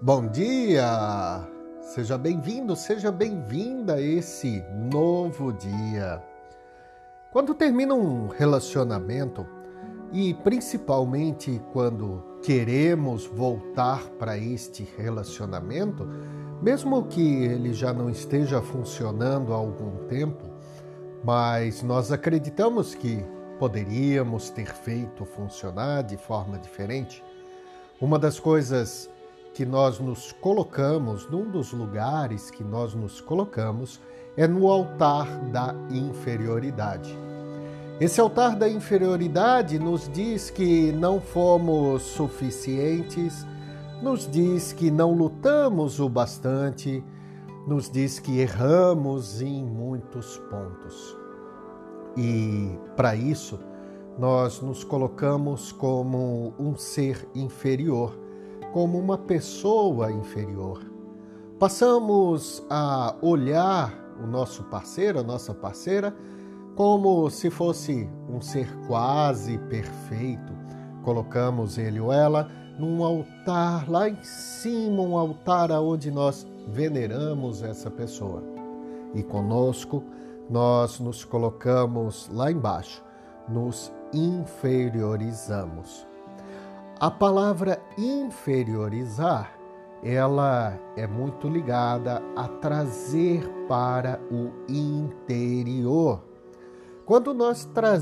Bom dia! Seja bem-vindo, seja bem-vinda a esse novo dia. Quando termina um relacionamento, e principalmente quando queremos voltar para este relacionamento, mesmo que ele já não esteja funcionando há algum tempo, mas nós acreditamos que poderíamos ter feito funcionar de forma diferente, uma das coisas que nós nos colocamos, num dos lugares que nós nos colocamos, é no altar da inferioridade. Esse altar da inferioridade nos diz que não fomos suficientes, nos diz que não lutamos o bastante, nos diz que erramos em muitos pontos. E para isso, nós nos colocamos como um ser inferior, como uma pessoa inferior. Passamos a olhar o nosso parceiro, a nossa parceira, como se fosse um ser quase perfeito. Colocamos ele ou ela num altar lá em cima, um altar onde nós veneramos essa pessoa. E conosco, nós nos colocamos lá embaixo, nos inferiorizamos. A palavra inferiorizar, ela é muito ligada a trazer para o interior. Quando nós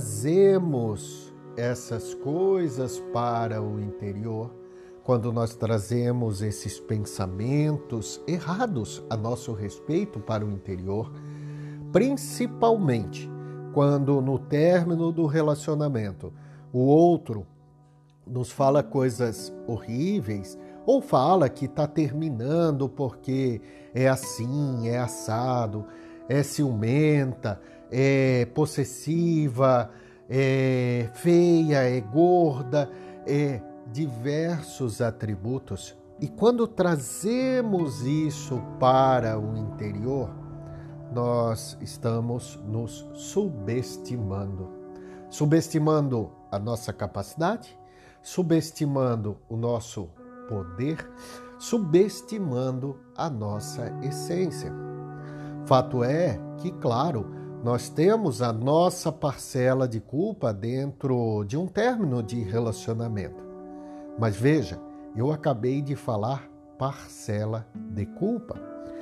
trazemos essas coisas para o interior, quando nós trazemos esses pensamentos errados a nosso respeito para o interior, principalmente quando no término do relacionamento o outro nos fala coisas horríveis ou fala que está terminando porque é assim, é assado, é ciumenta, é possessiva, é feia, é gorda, é diversos atributos. E quando trazemos isso para o interior, nós estamos nos subestimando. Subestimando a nossa capacidade, subestimando o nosso poder, subestimando a nossa essência. Fato é que, claro, nós temos a nossa parcela de culpa dentro de um término de relacionamento. Mas veja, eu acabei de falar parcela de culpa.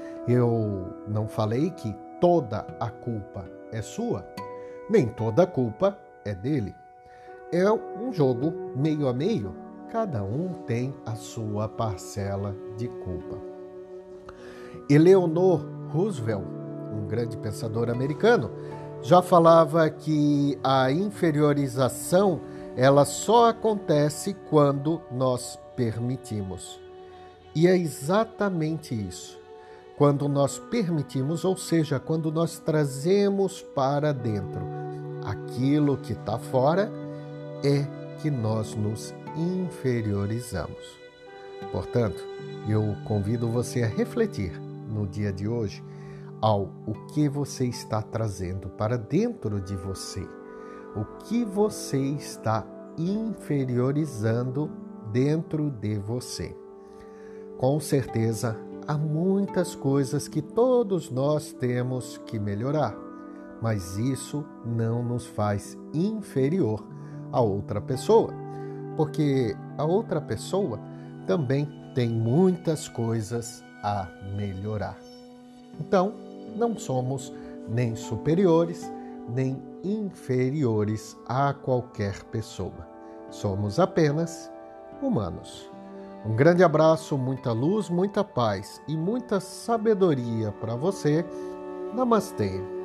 Eu não falei que toda a culpa é sua, nem toda a culpa é dele. É um jogo meio a meio, cada um tem a sua parcela de culpa. Eleanor Roosevelt, um grande pensador americano, já falava que a inferiorização ela só acontece quando nós permitimos. E é exatamente isso. Quando nós permitimos, ou seja, quando nós trazemos para dentro aquilo que está fora, é que nós nos inferiorizamos. Portanto, eu convido você a refletir no dia de hoje ao o que você está trazendo para dentro de você, o que você está inferiorizando dentro de você. Com certeza, há muitas coisas que todos nós temos que melhorar, mas isso não nos faz inferior a outra pessoa, porque a outra pessoa também tem muitas coisas a melhorar. Então, não somos nem superiores, nem inferiores a qualquer pessoa. Somos apenas humanos. Um grande abraço, muita luz, muita paz e muita sabedoria para você. Namastê!